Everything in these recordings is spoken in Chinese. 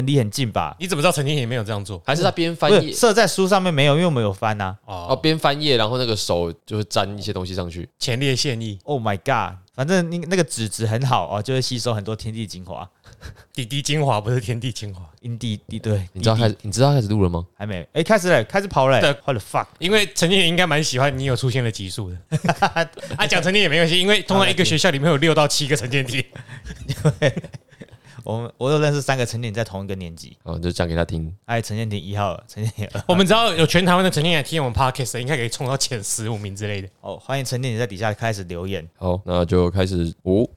离很近吧？ 你怎么知道陈建也没有这样做？ 还是他边翻页设在书上面没有，因为我们有翻啊。 边翻页，然后那个手就会沾一些东西上去， 前列腺液。 Oh my god！ 反正那个纸质很好哦，就会吸收很多天地精华。 滴滴精华不是天地精华， 阴地对。 你知道开始录了吗？ 还没，开始了，开始跑了。 对 ，What the fuck！ 因为陈建也应该蛮喜欢你有出现的集数的。讲陈建也没关系，因为通常一个学校里面有6到7个陈建题。 我有认识3个陈建在同一个年级， 就讲给他听。 陈建庭1号，陈建庭2号。 我们只要有全台湾的陈建也听我们 podcast， 应该可以冲到前15名之类的。 欢迎陈建庭在底下开始留言。 好，那就开始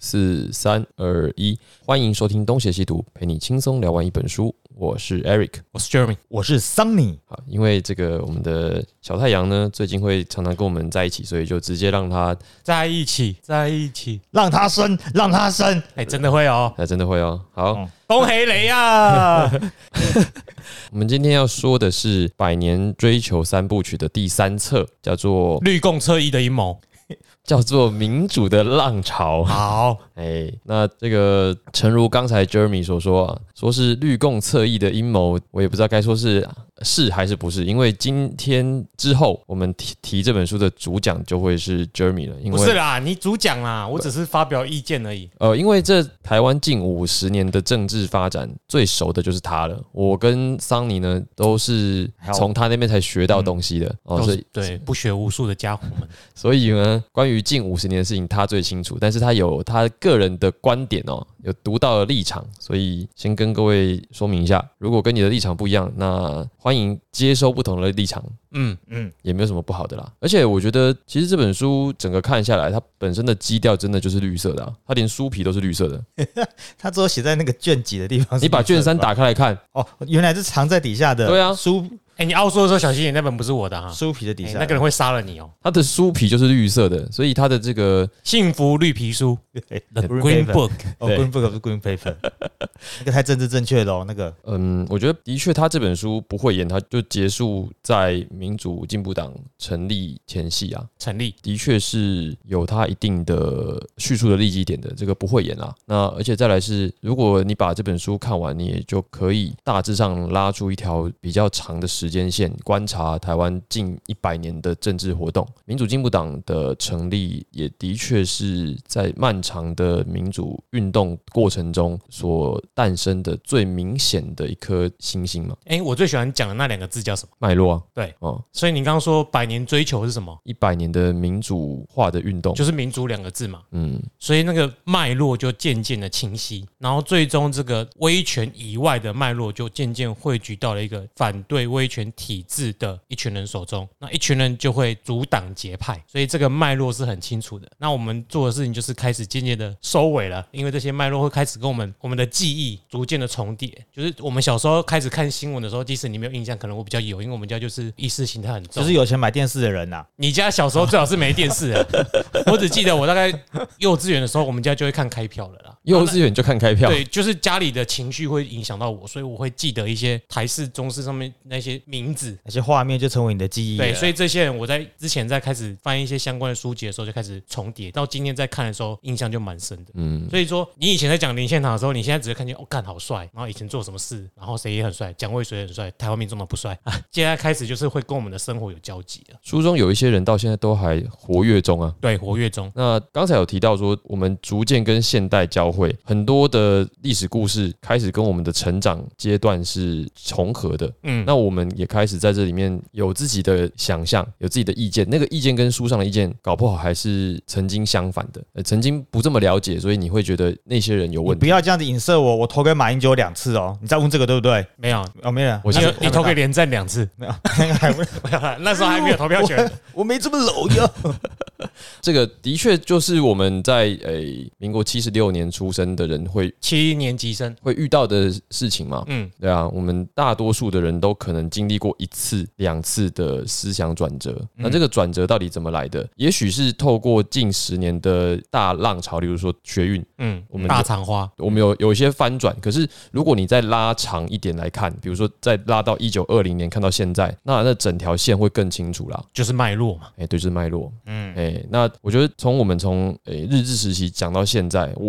5、4、3、2、1，欢迎收听东邪西毒，陪你轻松聊完一本书。我是 Eric， 我是 Jeremy， 我是 Sunny。 好，因为这个我们的小太阳呢，最近会常常跟我们在一起，所以就直接让他在一起， 让他生，让他生。 真的会哦， 真的会哦。好， 恭喜雷啊！ 我们今天要说的是《百年追求3部曲》的第3册，叫做绿共侧翼的阴谋。 叫做民主的浪潮。 好， 那这个诚如刚才 Jeremy 所说啊，说是绿共侧翼的阴谋，我也不知道该说是还是不是，因为今天之后我们提这本书的主讲就会是 Jeremy 了。因为不是啦，你主讲啦，我只是发表意见而已。 因为这台湾近50年的政治发展最熟的就是他了。我跟桑尼呢都是从他那边才学到东西的所以对不学无术的家伙们。 所以呢，关于近50年的事情他最清楚，但是他有他个人的观点有独到的立场，所以先跟各位说明一下，如果跟你的立场不一样，那欢迎接收不同的立场，也没有什么不好的啦。而且我觉得，其实这本书整个看下来，它本身的基调真的就是绿色的它连书皮都是绿色的。 它只有写在那个卷几的地方。 你把卷3打开来看， 原来是藏在底下的。 对啊， 书。 你凹说的时候小心点，那本不是我的哈， 书皮的底下， 那个人会杀了你哦。 它的书皮就是绿色的，所以它的这个幸福绿皮书 ，The Green Book，Green Book 不是 Green Paper， 那个太政治正确了那个。 我觉得的确，他这本书不会演，他就结束在民主进步党成立前夕成立的确是有他一定的叙述的立基点的，这个不会演那而且再来是，如果你把这本书看完，你也就可以大致上拉出一条比较长的时间线，观察台湾近100年的政治活动。民主进步党的成立也的确是在漫长的民主运动过程中所诞生的最明显的一颗星星嘛。 我最喜欢讲的那2个字叫什么？ 脉络对所以你刚刚说100年追求是什么 ？100年的民主化的运动， 就是民主2个字嘛。所以那个脉络就渐渐的清晰，然后最终这个威权以外的脉络就渐渐汇聚到了一个反对威权体制的一群人手中，那一群人就会阻挡结派，所以这个脉络是很清楚的。那我们做的事情就是开始渐渐的收尾了，因为这些脉络会开始跟我们的记忆逐渐的重叠。就是我们小时候开始看新闻的时候，即使你没有印象，可能我比较有，因为我们家就是意识形态很重， 就是有钱买电视的人你家小时候最好是没电视我只记得我大概幼稚园的时候，我们家就会看开票了啦。 幼稚园就看开票， 对，就是家里的情绪会影响到我，所以我会记得一些台视、中视上面那些名字， 那些画面就成为你的记忆。 对，所以这些人我在之前在开始翻一些相关的书籍的时候，就开始重叠，到今天在看的时候，印象就蛮深的。所以说你以前在讲林献堂的时候，你现在只会看见干好帅，然后以前做什么事，然后谁也很帅，蒋渭水很帅，台湾民众都不帅现在开始就是会跟我们的生活有交集了。 书中有一些人到现在都还活跃中对，活跃中。 那刚才有提到说，我们逐渐跟现代交汇，很多的历史故事开始跟我们的成长阶段是重合的。那我们也开始在这里面有自己的想象，有自己的意见，那个意见跟书上的意见搞不好还是曾经相反的，曾经不这么了解，所以你会觉得那些人有问题。 你不要这样子影射我投给马英九2次你再问这个对不对？ 没有没有， 你投给连战2次， 没有，那个还没有， 那时候还没有投票权， 我没这么老呀。 这个的确就是我们在民国76年出生的人会 7年级生会遇到的事情嘛。对啊，我们大多数的人都可能经历过1次、2次的思想转折。那这个转折到底怎么来的？也许是透过近10年的大浪潮，例如说学运， 我们大长花， 我们有一些翻转。可是如果你再拉长一点来看，比如说再拉到1920年看到现在，那整条线会更清楚啦， 就是脉络嘛。 对，就是脉络。那我觉得我们从日治时期讲到现在，我自己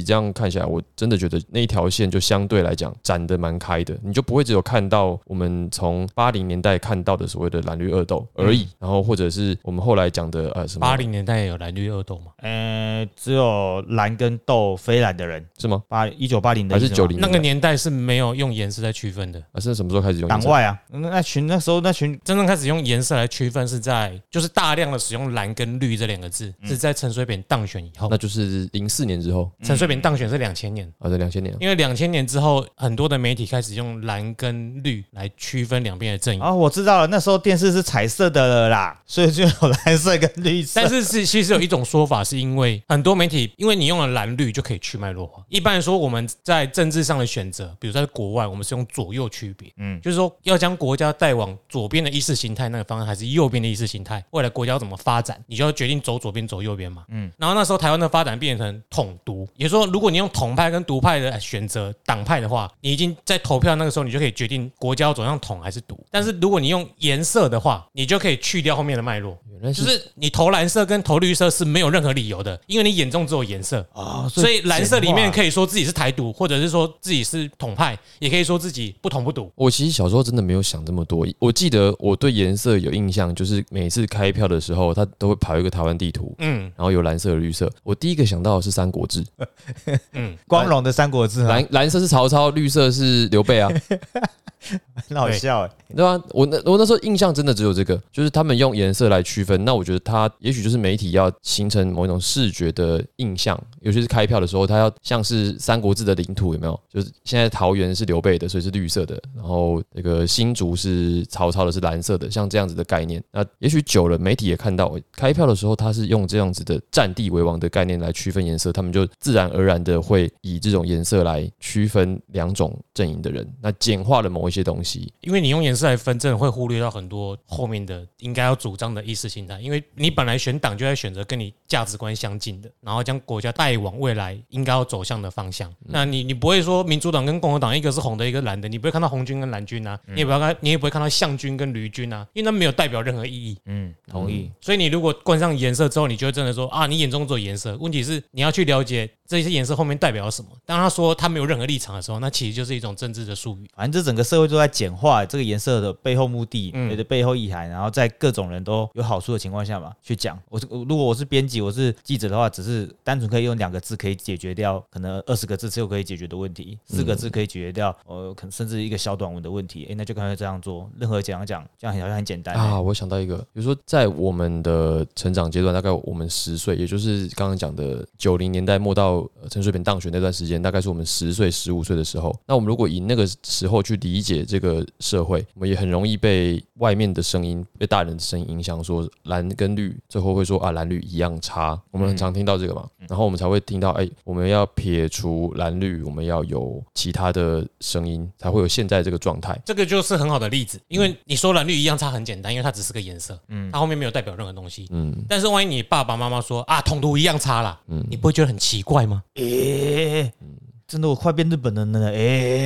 这样看起来，我真的觉得那一条线就相对来讲展得蛮开的，你就不会只有看到我们从80年代看到的所谓的蓝绿恶斗而已，然后或者是我们后来讲的什么 80年代有蓝绿恶斗吗？ 只有蓝跟斗非蓝的人是吗 ？1980的还是90 那个年代是没有用颜色来区分的。 是什么时候开始用党外啊？那时候真正开始用颜色来区分是在就是大量的使用蓝跟绿这2个字，是在陈水扁当选以后。 那就是04年之后。 陈水扁当选是2000年啊，对，2000年。 因为2000年之后，很多的媒体开始用蓝跟绿来区分两边的阵营。 我知道了，那时候电视是彩色的了啦，所以就有蓝色跟绿色。 但是其实有一种说法，是因为很多媒体，因为你用了蓝绿就可以去脉络化。一般来说，我们在政治上的选择，比如在国外，我们是用左右区别，就是说要将国家带往左边的意识形态那个方向，还是右边的意识形态，未来国家要怎么发展，你就要决定走左边走右边嘛。然后那时候台湾的发展变成统独，也就是说，如果你用统派跟独派的选择党派的话，你已经在投票那个时候，你就可以决定国家要走向统还是独。但是如果你用颜色的话，你就可以去掉后面的脉络，就是你投蓝色跟投绿色是没有任何理由的，因为你眼中只有颜色所以蓝色里面可以说自己是台独，或者是说自己是统派，也可以说自己不统不独。 我其实小时候真的没有想这么多，我记得我对颜色有印象，就是每次开票的时候，他都会跑一个台湾地图，然后有蓝色、绿色。我第一个想到的是《三国志》， 光荣的《三国志》 蓝色是曹操，绿色是刘备啊。 很好笑对吧？我那时候印象真的只有这个，就是他们用颜色来区分。那我觉得它也许就是媒体要形成某一种视觉的印象，尤其是开票的时候，它要像是《三国志》的领土有没有？就是现在桃园是刘备的，所以是绿色的，然后这个新竹是曹操的，是蓝色的，像这样子的概念。那也许久了，媒体也看到开票的时候，它是用这样子的占地为王的概念来区分颜色，他们就自然而然的会以这种颜色来区分2种阵营的人，那简化了某一些东西。 因为你用颜色来分，真的会忽略到很多后面的应该要主张的意识形态。因为你本来选党就在选择跟你价值观相近的，然后将国家带往未来应该要走向的方向。那你不会说民主党跟共和党一个是红的，一个蓝的，你不会看到红军跟蓝军啊，你也不会看到象军跟绿军啊，因为那没有代表任何意义。 同意。 所以你如果冠上颜色之后，你就会真的说你眼中只有颜色。问题是你要去了解这些颜色后面代表了什么。当他说他没有任何立场的时候，那其实就是一种政治的术语。 反正这整个社会都在简化这个颜色的背后目的，的背后意涵，然后在各种人都有好处的情况下嘛，去讲。如果我是编辑，我是记者的话，只是单纯可以用2个字可以解决掉可能20个字之后可以解决的问题，4个字可以解决掉可能甚至一个小短文的问题，那就干脆这样做，任何讲，这样好像很简单我想到一个，比如说在我们的成长阶段，大概我们10岁，也就是刚刚讲的90年代末到陈水扁当选那段时间，大概是我们10岁、15岁的时候。那我们如果以那个时候去理解这个社会，我们也很容易被外面的声音、被大人的声音影响，说蓝跟绿，最后会说蓝绿一样差。我们很常听到这个嘛，然后我们才会听到我们要撇除蓝绿，我们要有其他的声音，才会有现在这个状态。 这个就是很好的例子，因为你说蓝绿一样差很简单，因为它只是个颜色，它后面没有代表任何东西。但是万一你爸爸妈妈说统独一样差啦，你不会觉得很奇怪吗？ 真的我快变日本人了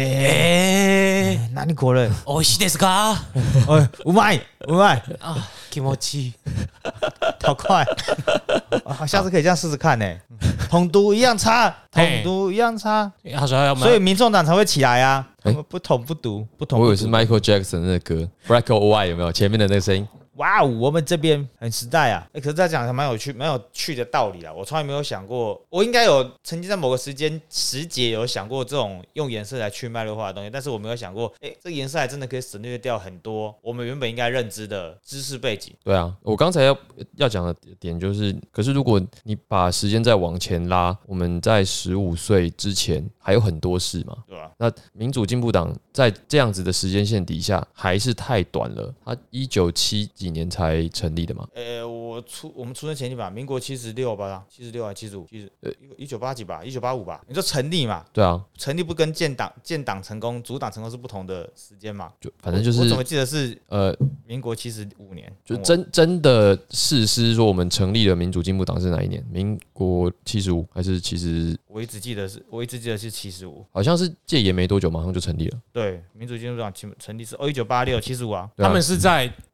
哪里国人？ 美味しいですか？ うまい気持ちいい， 好快下次可以这样试试看统独一样差，统独一样差，所以民众党才会起来啊，不统不独，不统不独。 我以为是 Michael Jackson 那个歌 Black or White 有没有？前面的那个声音。 哇哦，我们这边很时代啊！可是在讲蛮有趣的道理啊。我从来没有想过，我应该有曾经在某个时节有想过这种用颜色来去脉络化的东西，但是我没有想过，这个颜色还真的可以省略掉很多我们原本应该认知的知识背景。 对啊，我刚才要讲的点就是，可是如果你把时间再往前拉，我们在15岁之前还有很多事嘛， 对吧？ 那民主进步党在这样子的时间线底下还是太短了，它1970几年才成立的嘛？ 我们出生前几吧，民国76吧，76还是75？1980几吧，1985吧？你说成立嘛？ 对啊， 成立不跟建党成功、组党成功是不同的时间嘛？ 就反正就是我怎么记得是民国75年？ 就真的事实说我们成立了民主进步党是哪一年？民国75还是70？ 我一直记得是75， 好像是戒严没多久，马上就成立了。 对，民主进步党成立是1986、75啊。 他们是在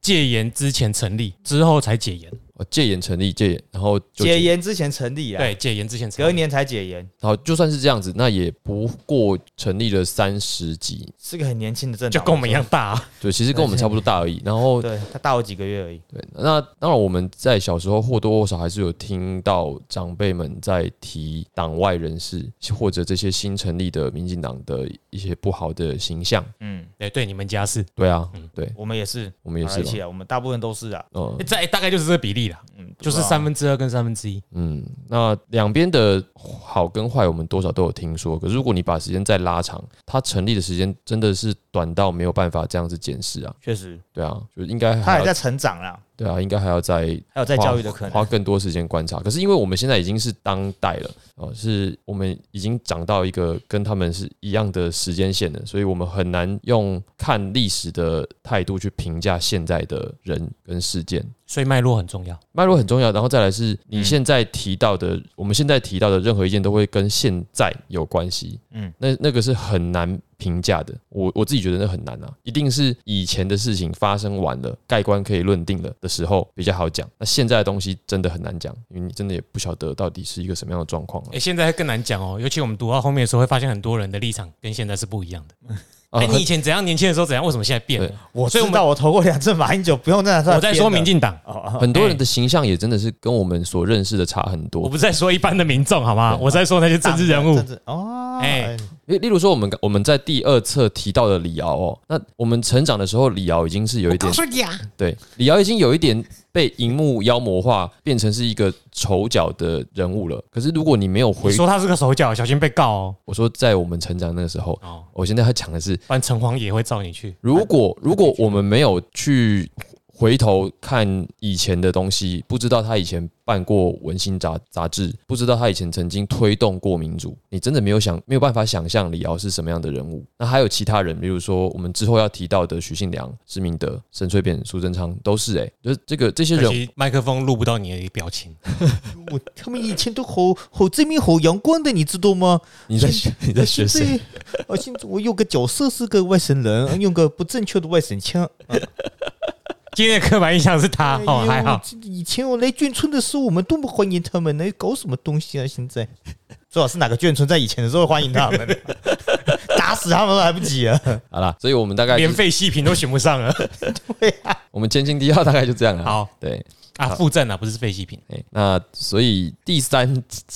戒严之前成立，之后才解严。 戒严成立，戒严，然后就解严之前成立啊， 对，戒严之前成立， 隔年才解严。 然后就算是这样子，那也不过成立了30几， 是个很年轻的政党， 就跟我们一样大啊。 对，其实跟我们差不多大而已。然后对他大我几个月而已。 对，那当然我们在小时候或多或少还是有听到长辈们在提党外人士或者这些新成立的民进党的一些不好的形象。 对，你们家是， 对啊，对， 我们也是， 我们也是啊，我们大部分都是啊。 这大概就是这个比例啦，就是2/3跟1/3。 那两边的好跟坏，我们多少都有听说。可是如果你把时间再拉长，它成立的时间真的是短到没有办法这样子检视啊。 确实， 对啊，就应该他还在成长啦。 对啊，应该还有在教育的可能， 花更多时间观察。可是因为我们现在已经是当代了，是我们已经长到一个跟他们是一样的时间线了，所以我们很难用看历史的态度去评价现在的人跟事件。 所以脉络很重要， 脉络很重要，然后再来是你现在提到的，我们现在提到的任何一件都会跟现在有关系。那个是很难评价的，我自己觉得那很难啊，一定是以前的事情发生完了，盖棺可以论定了的时候比较好讲。那现在的东西真的很难讲，因为你真的也不晓得到底是一个什么样的状况。 现在更难讲哦，尤其我们读到后面的时候，会发现很多人的立场跟现在是不一样的。你以前怎样，年轻的时候怎样，为什么现在变了？ 我知道我投过2次马英九，不用再我在说民进党， 很多人的形象也真的是跟我们所认识的差很多。 我不是在说一般的民众，好吗？我在说那些政治人物。 例如说我们在第2册提到的李敖那我们成长的时候，李敖已经是有一点，对，李敖已经有一点被荧幕妖魔化，变成是一个丑角的人物了。可是如果你没有你说他是个手脚，小心被告哦。 我说在我们成长那个时候，我现在要讲的是， 不然城隍爷会召你去。 如果我们没有去回头看以前的东西，不知道他以前办过文心杂志，不知道他以前曾经推动过民主，你真的没有办法想象李敖是什么样的人物。那还有其他人，比如说我们之后要提到的许信良、施明德、沈翠扁、苏贞昌，都是就是这些人， 麦克风录不到你的表情。 他们以前都好正面、好阳光的，你知道吗？ 你在学谁？ 现在我有个角色是个外省人，用个不正确的外省腔。 今天的刻板印象是他还好。 以前我来眷村的时候，我们多么欢迎他们，来搞什么东西啊？现在最好是哪个眷村在以前的时候欢迎他们，打死他们都来不及了。 好啦，所以我们大概连废细品都选不上了。 对啊， 我们前情提要大概就这样了。 好， 对附赠不是废细品。 那所以第三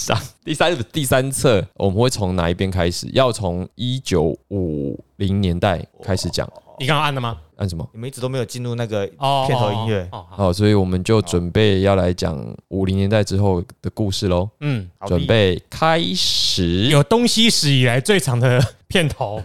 册我们会从哪一边开始？要从1950年代开始讲。 你刚刚按了吗？ 按什么？ 你们一直都没有进入那个片头音乐。 好，所以我们就准备要来讲50年代之后的故事喽。准备开始。 有东西史以来最长的片头。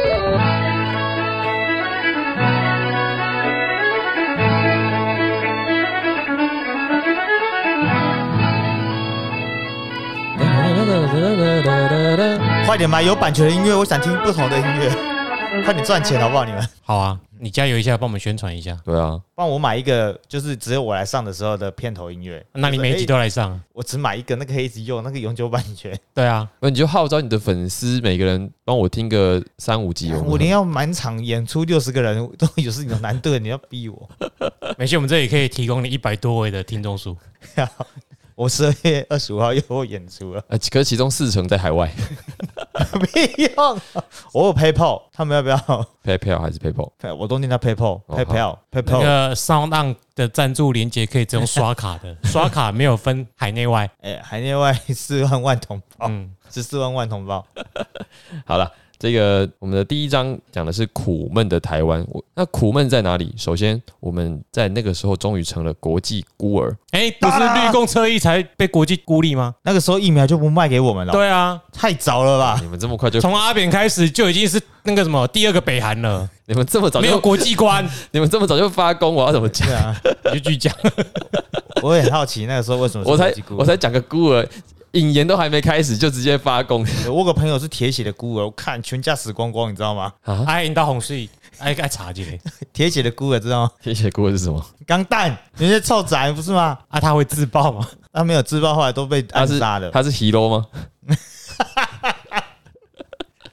快点吧，有版权的音乐，我想听不同的音乐。快点赚钱好不好？你们好啊，你加油一下，帮我们宣传一下。 对啊， 帮我买一个，就是只有我来上的时候的片头音乐。 那你每一集都来上？ 我只买一个，那个可以一直用，那个永久版权。 对啊， 那你就号召你的粉丝，每个人帮我听个3-5集。 我连要满场演出60个人都有是有难度，你要逼我。 没事，我们这里可以提供你100多位的听众数。 我12月25号又有演出了， 可是其中40%在海外。 没用，我有 PayPal， 他们要不要 ？PayPal 还是 PayPal？ 我都念他 PayPal。 那个 SoundOn 的赞助连结可以只用刷卡的，刷卡没有分海内外。 海内外4万同胞，14万同胞。 好了。这个我们的第1章讲的是苦闷的台湾，那苦闷在哪里？首先，我们在那个时候终于成了国际孤儿。 不是绿共车役才被国际孤立吗？ 那个时候疫苗就不卖给我们了。 对啊， 太早了吧？ 你们这么快就从阿扁开始就已经是那个什么第2个北韩了。 你们这么早就没有国际观， 你们这么早就发功，我要怎么讲？ 你就继续讲。 我也很好奇那个时候为什么我才讲个孤儿。引言都还没开始就直接发功。 我有个朋友是铁血的孤儿，我看全家死光光，你知道吗？ 引导洪水，爱查这个铁血的孤儿知道吗？ 铁血孤儿是什么？ 钢弹，那些臭宅不是吗？ 他会自爆吗？ 他没有自爆，后来都被暗杀的。 他是 hero 吗？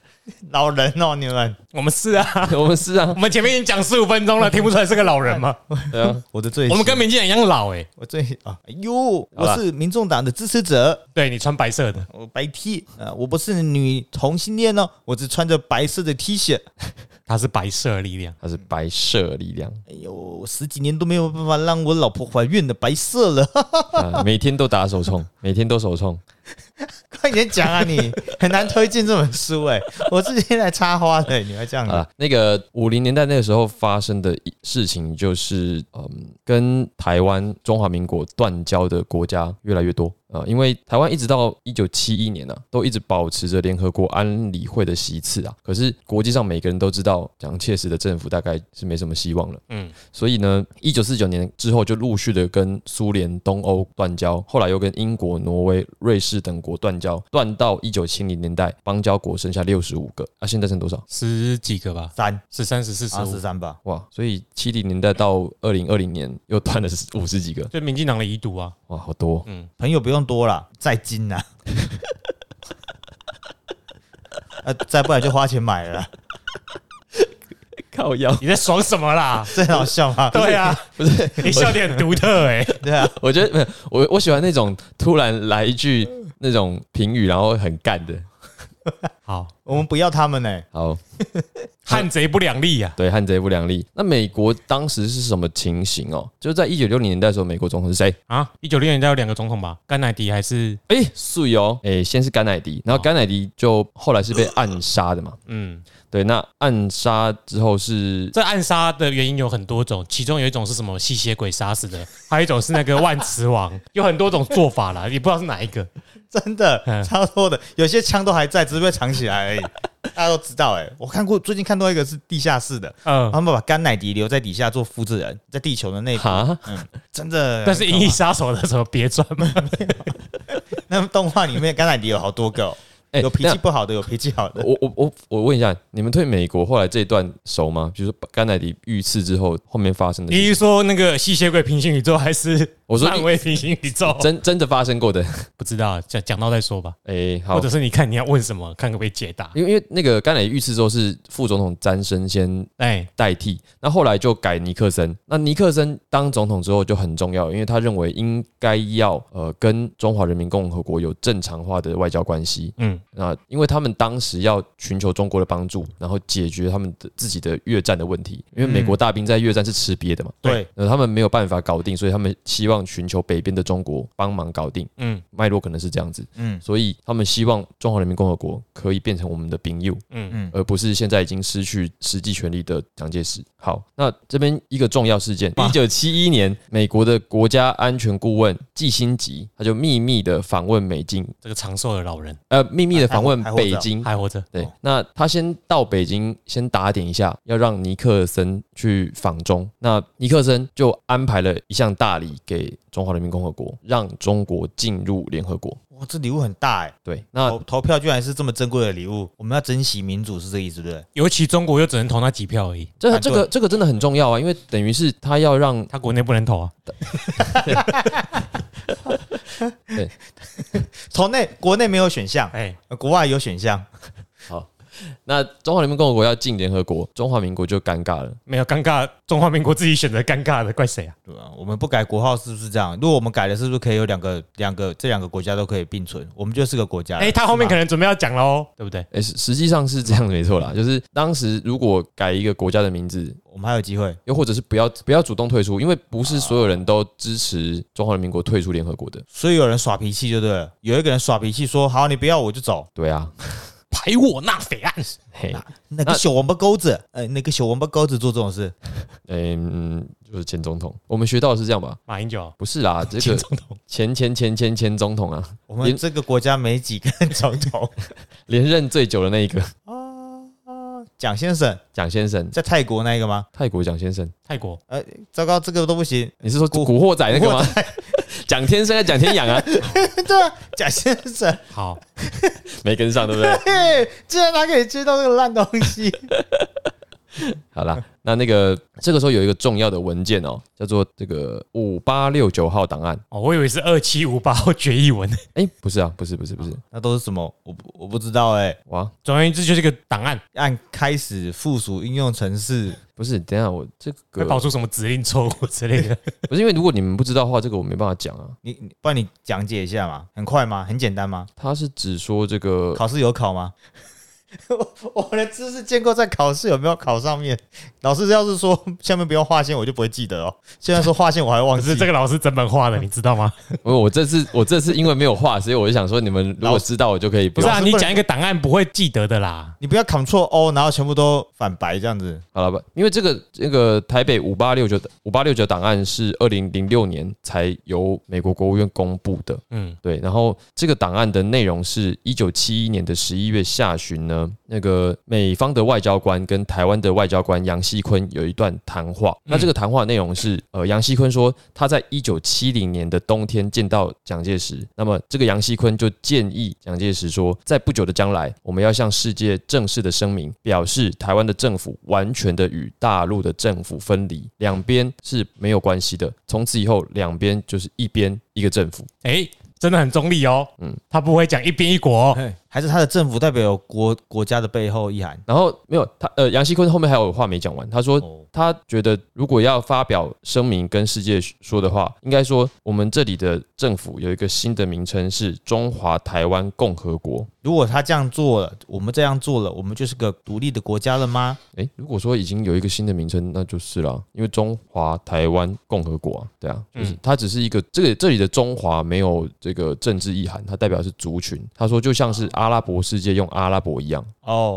老人哦，你们。 我们是啊， 我们是啊， 我们前面已经讲15分钟了，听不出来是个老人吗？ 对啊， 我的最， 我们跟民进党一样老我最哎呦，我是民众党的支持者。 对你穿白色的， 我白 T 我不是女同性恋哦，我只穿着白色的 T 恤。 他是白色力量， 他是白色力量。 哎呦，10几年都没有办法让我老婆怀孕的白色了。 每天都打手冲，每天都手冲。 快点讲啊！你很难推荐这本书哎，我之前来插花的，你还这样子。 那个50年代那个时候发生的事情，就是跟台湾中华民国断交的国家越来越多。因为台湾一直到1971年都一直保持着联合国安理会的席次啊，可是国际上每个人都知道蒋介石的政府大概是没什么希望了，所以呢，1949年之后就陆续的跟苏联、东欧断交，后来又跟英国、挪威、瑞士等国断交，断到1970年代，邦交国剩下65个啊，现在剩多少 ？10几个吧 ，13、 14、15、 13吧。 哇，所以70年代到2020年又断了50几个， 就民进党的遗毒啊， 哇，好多。 朋友不用多了，再金啊，再不然就花钱买了啦。 靠腰， 你在爽什么啦？ 这很好笑吗？ 对啊，不是你笑点很独特哎。 对啊， 我觉得没有，我喜欢那种突然来一句那种评语，然后很干的。 好， 我们不要他们呢。 好， 汉贼不两立啊。 对，汉贼不两立。那美国当时是什么情形哦？就在1960年代的时候，美国总统是谁啊？1960年代有2个总统吧？甘乃迪还是？ 是哦，先是甘乃迪，然后甘乃迪就后来是被暗杀的嘛。对，那暗杀之后是这暗杀的原因有很多种，其中有一种是什么吸血鬼杀死的，还有一种是那个万磁王，有很多种做法啦，也不知道是哪一个。 真的超多的，有些枪都还在，只是被藏起来而已。大家都知道我看过，最近看到一个是地下室的，他们把甘乃迪留在底下做复制人，在地球的内部。真的。 但是《银翼杀手》的什么别传吗？ 那动画里面甘乃迪有好多个。有脾气不好的，有脾气好的。 我问一下，你们对美国后来这一段熟吗？比如说甘乃迪遇刺之后，后面发生的。 你是说那个吸血鬼平行宇宙，还是我说漫威平行宇宙？ 真的发生过的， 不知道，讲到再说吧。 好， 或者是你看你要问什么，看可不可以解答。 因为那个甘乃迪遇刺之后是副总统詹森先代替，那后来就改尼克森。那尼克森当总统之后就很重要，因为他认为应该要跟中华人民共和国有正常化的外交关系。那因为他们当时要寻求中国的帮助，然后解决他们的自己的越战的问题，因为美国大兵在越战是吃瘪的嘛， 对， 他们没有办法搞定，所以他们希望寻求北边的中国帮忙搞定，脉络可能是这样子，所以他们希望中华人民共和国可以变成我们的朋友，而不是现在已经失去实际权力的蒋介石。好，那这边一个重要事件，1971年，美国的国家安全顾问季辛吉，他就秘密的访问美境， 这个长寿的老人， 秘密的访问北京， 还活着。 对，那他先到北京，先打点一下，要让尼克森去访中。那尼克森就安排了一项大礼给中华人民共和国，让中国进入联合国。 哇，这礼物很大对，那投票居然是这么珍贵的礼物，我们要珍惜民主，是这个意思对不对？ 尤其中国又只能投那几票而已。 这个真的很重要啊，因为等于是他要让他国内不能投啊。 对， 国内没有选项，国外有选项。 好，那中华人民共和国要进联合国，中华民国就尴尬了。 没有尴尬，中华民国自己选择尴尬的，怪谁啊？ 对啊，我们不改国号是不是这样？如果我们改了，是不是可以有这两个国家都可以并存？我们就是个国家。 他后面可能准备要讲喽，对不对？ 实际上是这样，没错啦。就是当时如果改一个国家的名字， 我们还有机会， 又或者是不要主动退出，因为不是所有人都支持中华人民国退出联合国的。 所以有人耍脾气就对了，有一个人耍脾气说：“好，你不要我就走。” 对啊。 排我纳匪案， 那个小王八钩子，那个小王八钩子做这种事， 就是前总统，我们学到的是这样吧？ 马英九不是啦，这个前总统前总统啊， 我们这个国家没几个总统， 连任最久的那一个蒋先生，在泰国那一个吗？ 泰国蒋先生， 泰国， 糟糕，这个都不行。 你是说古惑仔那个吗？蒋天生还是蒋天养啊？ 对啊，蒋先生。 好， 没跟上，对不对？ 竟然他可以接到这个烂东西。 好啦， 那个这个时候有一个重要的文件哦，叫做这个5869号档案。 哦，我以为是2758号决议文。 不是啊，不是， 那都是什么？我不知道哇， 总而言之就是一个档案， 按开始附属应用程式。 不是，等一下我这会个跑出什么指令错误之类的。 不是因为如果你们不知道的话，这个我没办法讲啊。 不然你讲解一下嘛？很快吗？很简单吗？ 他是只说这个考试有考吗？我的知识建构在考试有没有考上面？老师要是说下面不用划线，我就不会记得哦。现在说划线，我还会忘记。 可是这个老师整本画的，你知道吗？ 我这次因为没有画，所以我就想说，你们如果知道，我就可以不是啊，你讲一个档案不会记得的啦。 你不要 Ctrl O， 然后全部都反白这样子。 好了吧？因为这个台北5869档案是2006年才由美国国务院公布的。对。然后这个档案的内容是1971年的11月下旬呢。那个美方的外交官跟台湾的外交官杨锡坤有一段谈话，那这个谈话内容是，杨锡坤说他在1970年的冬天见到蒋介石，那么这个杨锡坤就建议蒋介石说，在不久的将来，我们要向世界正式的声明，表示台湾的政府完全的与大陆的政府分离，两边是没有关系的，从此以后两边就是一边一个政府。 真的很中立哦，他不会讲一边一国哦， 还是他的政府代表有国家的背后意涵。 然后没有他杨锡坤后面还有话没讲完，他说他觉得如果要发表声明跟世界说的话，应该说我们这里的政府有一个新的名称是中华台湾共和国。 如果他这样做了，我们这样做了，我们就是个独立的国家了吗？ 如果说已经有一个新的名称，那就是啦，因为中华台湾共和国啊，对啊，就是它只是一个这里的中华没有这个政治意涵，它代表是族群。他说就像是阿拉伯世界用阿拉伯一样。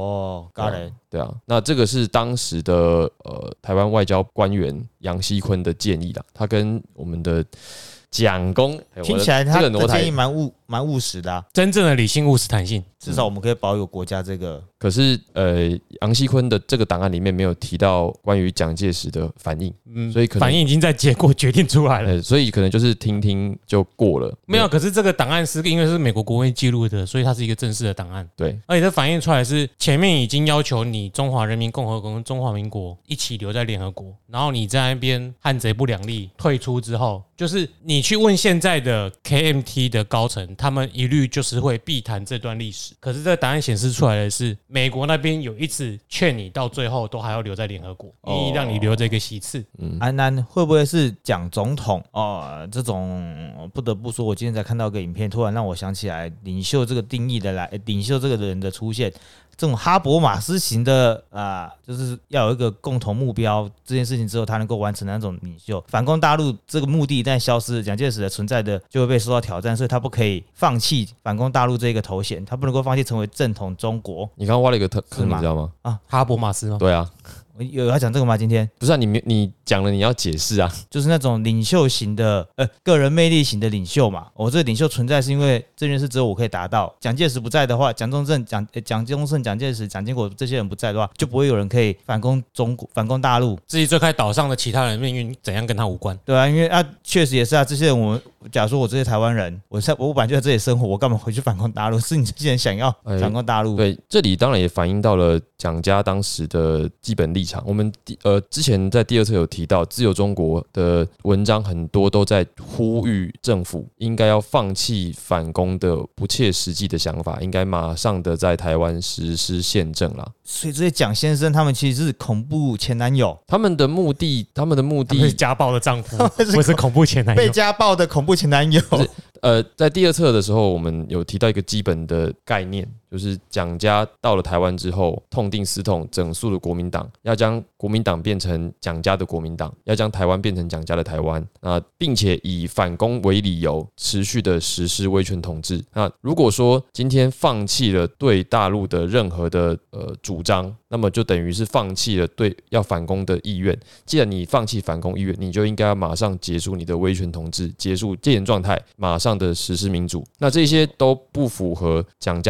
got it。 对啊，那这个是当时的台湾外交官员杨锡坤的建议啦，他跟我们的蒋公听起来他的建议蛮务实的， 真正的理性务实弹性， 至少我们可以保有国家这个。 可是杨锡坤的这个档案里面没有提到关于蒋介石的反应，所以可能反应已经在结果决定出来了， 所以可能就是听听就过了。 没有，可是这个档案是因为是美国国会记录的，所以它是一个正式的档案。 对， 而且它反映出来是前面已经要求你中华人民共和国跟中华民国一起留在联合国，然后你在那边汉贼不两立退出之后，就是你去问现在的 KMT 的高层，他们一律就是会避谈这段历史。可是这个档案显示出来的是，美国那边有一直劝你到最后都还要留在联合国，愿意让你留这个席次。 安安会不会是蒋总统这种不得不说，我今天才看到一个影片，突然让我想起来领袖这个定义的领袖这个人的出现。这种哈伯马斯型的就是要有一个共同目标，这件事情之后他能够完成的那种领袖。反攻大陆这个目的一旦消失，蒋介石的存在的就会被受到挑战，所以他不可以放弃反攻大陆这个头衔，他不能够放弃成为正统中国。 你刚刚挖了一个坑，你知道吗？ 哈伯马斯吗？ 对啊。 有要讲这个吗？今天不是啊，你讲了，你要解释啊， 就是那种领袖型的，个人魅力型的领袖嘛。我这个领袖存在是因为这件事只有我可以达到。蒋介石不在的话，蒋中正、蒋介石、蒋经国这些人不在的话，就不会有人可以反攻中国、反攻大陆。 至于这块岛上的其他人命运怎样，跟他无关。 对啊，因为确实也是啊，这些人假如说我这些台湾人，我本来就在这里生活，我干嘛回去反攻大陆？是你这些人想要反攻大陆。 对，这里当然也反映到了蒋家当时的基本立场。我们之前在第二册有提到，自由中国的文章很多都在呼吁政府应该要放弃反攻的不切实际的想法，应该马上的在台湾实施宪政啦。 所以这些蒋先生他们其实是恐怖前男友， 他们的目的是家暴的丈夫，不是恐怖前男友， 被家暴的恐怖前男友。 在第二册的时候，我们有提到一个基本的概念，就是蒋家到了台湾之后，痛定思痛，整肃了国民党，要将国民党变成蒋家的国民党，要将台湾变成蒋家的台湾，并且以反攻为理由，持续的实施威权统治。那如果说今天放弃了对大陆的任何的主张，那么就等于是放弃了对要反攻的意愿。既然你放弃反攻意愿，你就应该要马上结束你的威权统治，结束戒严状态，马上的实施民主。那这些都不符合蒋家在当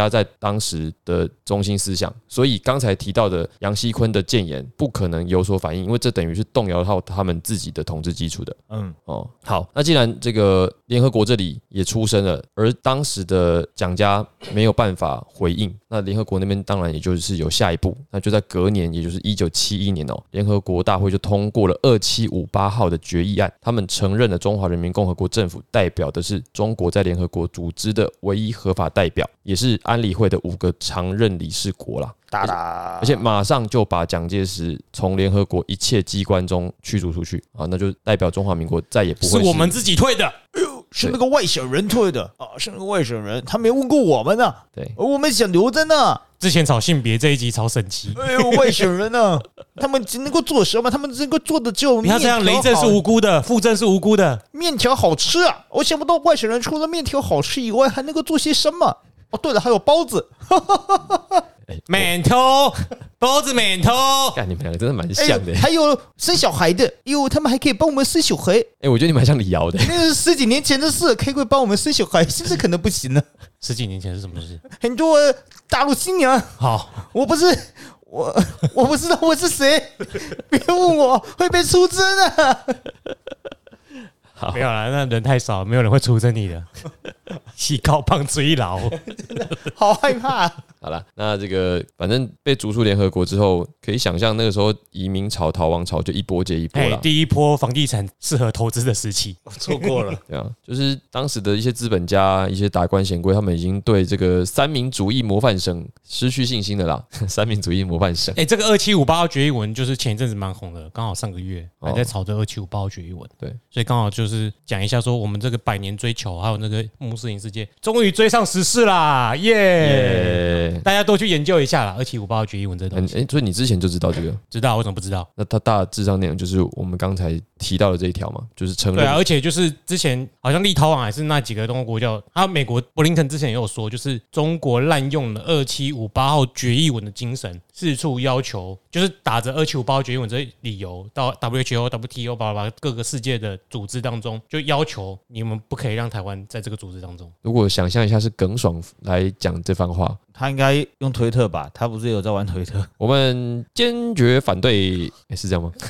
当时的中心思想，所以刚才提到的杨锡坤的谏言不可能有所反应，因为这等于是动摇到他们自己的统治基础的。好，那既然这个联合国这里也出声了，而当时的蒋家没有办法回应，那联合国那边当然也就是有下一步，那就在隔年，也就是1971年联合国大会就通过了2758号的决议案，他们承认了中华人民共和国政府代表的是中国在联合国组织的唯一合法代表，也是安理会的5个常任理事国啦。而且马上就把蒋介石从联合国一切机关中驱逐出去啊，那就代表中华民国再也不会是我们自己退的。 是那个外省人退的啊，是那个外省人，他没问过我们啊， 对， 我们想留着呢。 之前炒性别这一集炒省级， 哎呦，外省人啊，他们只能够做什么？他们能够做的只有不要这样，雷震是无辜的，傅震是无辜的， 面条好吃啊！我想不到外省人除了面条好吃以外，还能够做些什么？哦，对了，还有包子。 面条，包子面条， 干你们两个真的蛮像的。 还有生小孩的，他们还可以帮我们生小孩。 我觉得你蛮像李瑶的。 那是10几年前的事，可以帮我们生小孩，现在可能不行了。 10几年前是什么事？ 很多大陆新娘。 好， 我不知道我是谁，别问我，会被出征啊。 没有啦，那人太少，没有人会出征你的。西高棒追牢， 真的好害怕。 好了，那这个反正被逐出联合国之后，可以想象那个时候移民潮、逃亡潮就一波接一波了。 第一波房地产适合投资的时期， 错过了。 对啊，就是当时的一些资本家、一些达官显贵，他们已经对这个三民主义模范省失去信心了啦。三民主义模范省， 这个2758号决议文就是前一阵子蛮红的，刚好上个月还在炒这2758号决议文。 对， 所以刚好就是讲一下说，我们这个100年追求，还有那个穆斯林世界，终于追上时事啦，耶！大家多去研究一下啦，2758号决议文这东西。 所以你之前就知道这个？ 知道，为什么不知道？ 那它大致上内容就是我们刚才提到的这一条嘛，就是承认。 对啊，而且就是之前好像立陶宛还是那几个东欧国家，还有美国布林肯之前也有说，就是中国滥用了2758号决议文的精神，四处要求，就是打着2758号决议文这理由到 WHO、WTO 巴拉巴拉各个世界的组织当中，就要求你们不可以让台湾在这个组织当中。 如果想象一下是耿爽来讲这番话， 他应该用推特吧？他不是有在玩推特？ 我们坚决反对，是这样吗？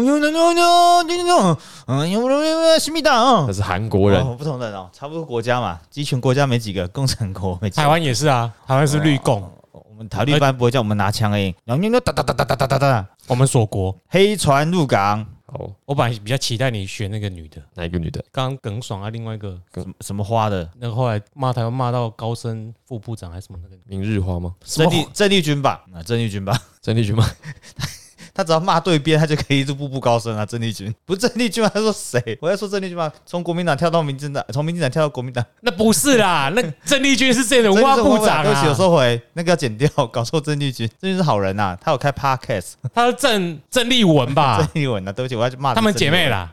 思密达， 他是韩国人， 不同人哦，差不多国家嘛，集权国家没几个，共产国没几个。 台湾也是啊，台湾是绿共。 我们塔利班不会叫我们拿枪而已，然后哒哒哒哒哒哒哒哒， 我们锁国， 黑船入港。 我本来比较期待你选那个女的， 哪一个女的？ 刚刚耿爽啊，另外一个什么花的？ 那个后来骂台湾骂到高升副部长还是什么那个明日花吗？ 郑丽君吧？郑丽君吧？ 郑丽君吗？ 他只要骂对边，他就可以一直步步高升啊！郑丽君不是郑丽君吗？他说谁？我在说郑丽君吗？从国民党跳到民进党，从民进党跳到国民党， 那不是啦，那郑丽君是这的文化部长啊。 对不起，有收回那个要剪掉，搞错郑丽君。郑丽君是好人呐，他有开 podcast， 他是郑丽文吧？ 郑丽文啊，对不起，我要去骂他们姐妹啦。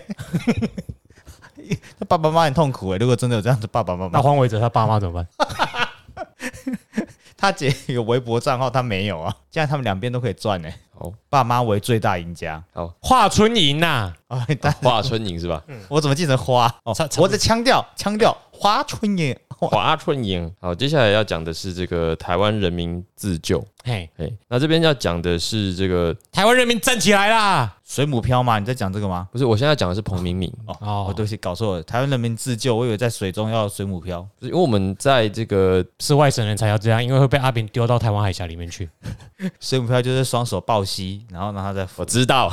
他爸爸妈妈很痛苦如果真的有这样子爸爸妈妈， 那黄伟哲他爸妈怎么办？ 他姐有微博账号，他没有啊，这样他们两边都可以赚呢。爸妈为最大赢家。 华春莹呐， 华春莹是吧？ 我怎么记成花？我的腔调华春莹。 华春莹。好，接下来要讲的是这个台湾人民自救。那这边要讲的是这个台湾人民站起来啦！ 水母漂吗？你在讲这个吗？ 不是，我现在讲的是彭明敏。 对不起，搞错了。台湾人民自救，我以为在水中要水母漂。 因为我们在这个是外省人才要这样，因为会被阿扁丢到台湾海峡里面去。 水母漂就是双手抱膝，然后让他再浮。 我知道。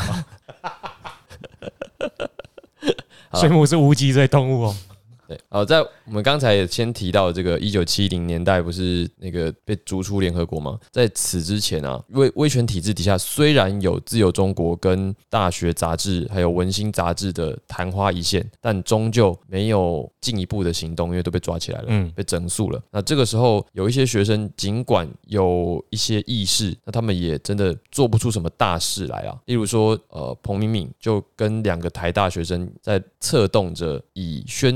水母是无脊椎动物哦。 对，在我们刚才也先提到这个1970年代不是那个被逐出联合国吗？在此之前啊，威权体制底下，虽然有自由中国跟大学杂志还有文心杂志的昙花一现，但终究没有进一步的行动，因为都被抓起来了，被整肃了。那这个时候有一些学生尽管有一些意识，那他们也真的做不出什么大事来啊。例如说，彭明敏就跟2个台大学生在策动着以宣传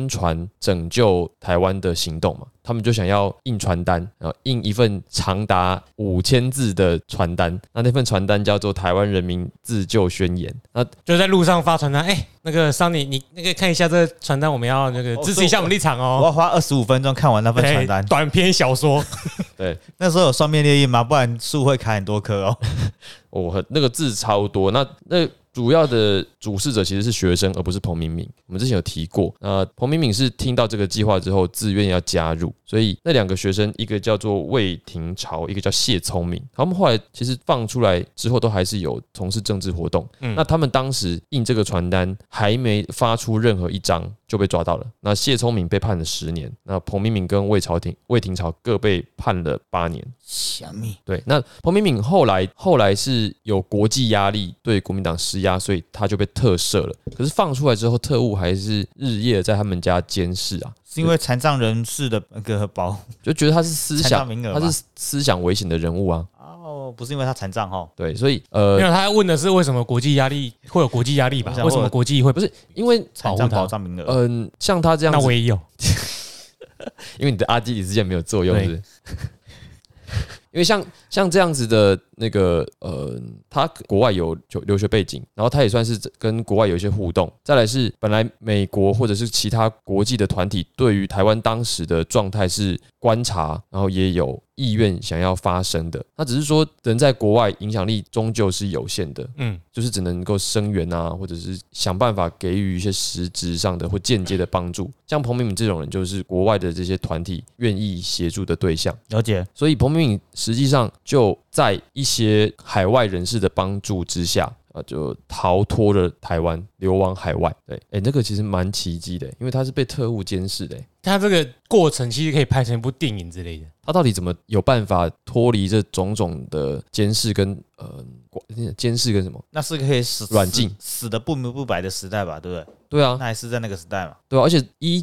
湾拯救台湾的行动嘛。他们就想要印传单，然后印一份长达5000字的传单。那份传单叫做《台湾人民自救宣言》。那就在路上发传单，那个桑尼，你那个看一下这个传单，我们要那个支持一下我们立场哦。 我要花25分钟看完那份传单， 短篇小说。 对， 那时候有双面列印吗？不然树会开很多颗哦。 那个字超多，那主要的主事者其实是学生，而不是彭明敏。我们之前有提过，彭明敏是听到这个计划之后自愿要加入，所以那2个学生，一个叫做魏廷朝，一个叫谢聪明。他们后来其实放出来之后，都还是有从事政治活动。那他们当时印这个传单，还没发出任何一张就被抓到了。那谢聪明被判了10年，那彭明敏跟魏廷朝各被判了8年。 虾米？ 对，那彭明敏后来是有国际压力对国民党施压，所以他就被特赦了。可是放出来之后，特务还是日夜在他们家监视啊。 是因为残障人士的那个就觉得他是思想危险的人物啊。 哦，不是因为他残障哦。 对，所以没有，他问的是为什么国际压力会有国际压力吧？为什么国际会不是因为残障保障名额？ 像他这样子， 那我也有， 因为你的阿基里斯腱没有作用，是不是？因为像这样子的那个他国外有留学背景，然后他也算是跟国外有一些互动。再来是本来美国或者是其他国际的团体对于台湾当时的状态是观察，然后也有意愿想要发声的。他只是说人在国外影响力终究是有限的，就是只能够声援啊，或者是想办法给予一些实质上的或间接的帮助。像彭明敏这种人，就是国外的这些团体愿意协助的对象。 了解。 所以彭明敏实际上就在一些海外人士的帮助之下，就逃脱了台湾，流亡海外。对，那个其实蛮奇迹的，因为他是被特务监视的。 他这个过程其实可以拍成一部电影之类的。 他到底怎么有办法脱离这种种的监视跟什么？ 那是可以软禁死的不明不白的时代吧，对不对？ 对啊， 那还是在那个时代嘛。 对啊，而且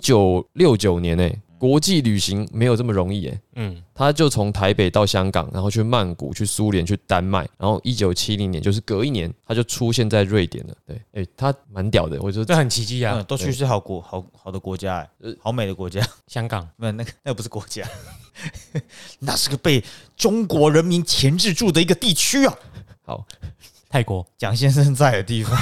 1969年国际旅行没有这么容易他就从台北到香港，然后去曼谷、去苏联、去丹麦，然后1970年就是隔一年，他就出现在瑞典了。对，他蛮屌的，我觉得这很奇迹啊！ 都去是好的国家，好美的国家。 香港没有那个不是国家，那是个被中国人民钳制住的一个地区啊。 好， 泰国蒋先生在的地方。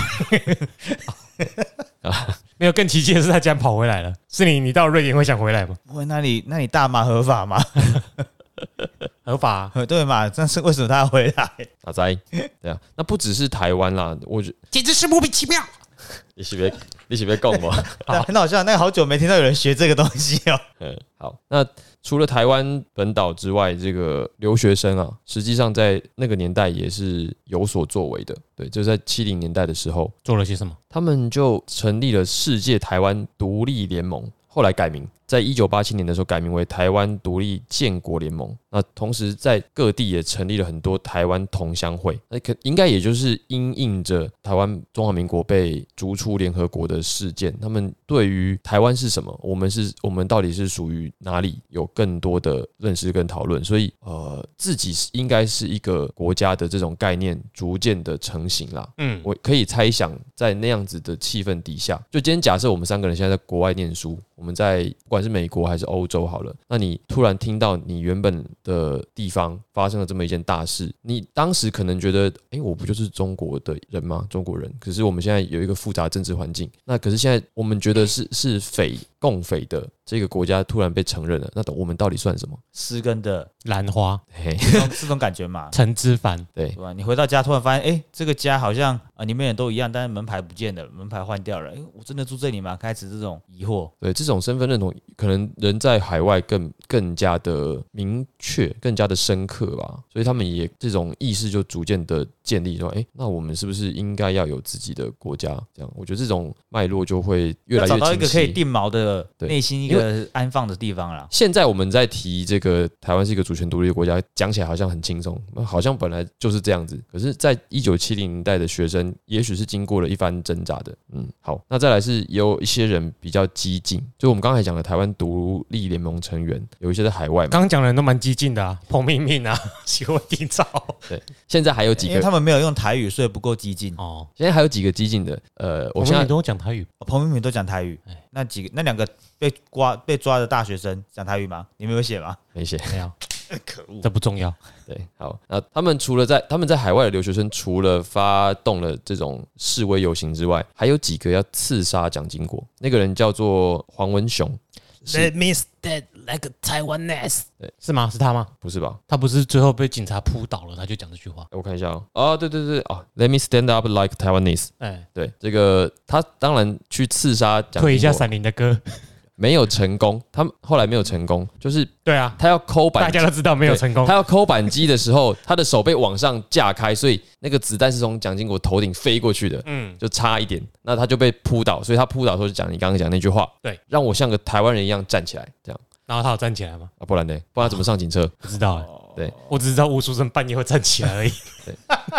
没有更奇迹的是，他竟然跑回来了。是你到瑞典会想回来吗？ 不会，那你大麻合法吗？ 合法对嘛？但是为什么他要回来？ 阿仔，对啊，那不只是台湾啦，我觉得简直是莫名其妙。 你是别讲我， 很好笑。那个好久没听到有人学这个东西哦。 好，那除了台湾本岛之外，这个留学生啊，实际上在那个年代也是有所作为的。对，就在70年代的时候， 做了些什么？ 他们就成立了世界台湾独立联盟，后来改名，在1987年的时候改名为台湾独立建国联盟。那同时在各地也成立了很多台湾同乡会，应该也就是因应着台湾中华民国被逐出联合国的事件，他们对于台湾是什么，我们到底是属于哪里，有更多的认识跟讨论。所以自己应该是一个国家的这种概念逐渐的成型啦。我可以猜想，在那样子的气氛底下，就今天假设我们3个人现在在国外念书，我们在不管是美国还是欧洲好了，那你突然听到你原本的地方发生了这么一件大事，你当时可能觉得，我不就是中国的人吗？中国人。可是我们现在有一个复杂的政治环境，那可是现在我们觉得是共匪的这个国家突然被承认了，那我们到底算什么？ 失根的兰花， 这种感觉嘛。 陈之凡， 对吧？你回到家突然发现，这个家好像里面人都一样，但是门牌不见了，门牌换掉了。我真的住这里吗？开始这种疑惑。 对，这种身份认同，可能人在海外更加的明确，更加的深刻吧。所以他们也这种意识就逐渐的建立，说，那我们是不是应该要有自己的国家？这样，我觉得这种脉络就会越来越清晰。 找到一个可以定锚的内心一个安放的地方啦。 现在我们在提这个台湾是一个主权独立的国家，讲起来好像很轻松，好像本来就是这样子。可是，在1970年代的学生，也许是经过了一番挣扎的。好，那再来是有一些人比较激进，就我们刚才讲的台湾独立联盟成员，有一些在海外嘛。 刚刚讲的人都蛮激进的啊，彭明敏啊，徐文定照。 对，现在还有几个， 因为他们们没有用台语，所以不够激进。 哦， 现在还有几个激进的，我现在都讲台语， 彭明敏都讲台语，那两个被抓的大学生讲台语吗？你们有写吗？ 没写， 没有， 可恶， 这不重要。 对，好，那他们在海外的留学生，除了发动了这种示威游行之外，还有几个要刺杀蒋经国。那个人叫做黄文雄。 Let me stand like a Taiwanese， 对，是吗？是他吗？ 不是吧？ 他不是最后被警察扑倒了，他就讲这句话。 我看一下哦，对，Let me stand up like Taiwanese。对，这个他当然去刺杀蒋经国， 推一下闪灵的歌， 没有成功，他们后来没有成功，就是对啊， 他要抠板， 大家都知道没有成功。 他要抠扳机的时候，他的手被往上架开，所以那个子弹是从蒋经国头顶飞过去的，就差一点，那他就被扑倒，所以他扑倒的时候就讲你刚刚讲那句话， 对， 让我像个台湾人一样站起来，这样。 然后他有站起来吗？ 不然呢？不然他怎么上警车？ 不知道对， 我只知道吴淑珍半夜会站起来而已。 对。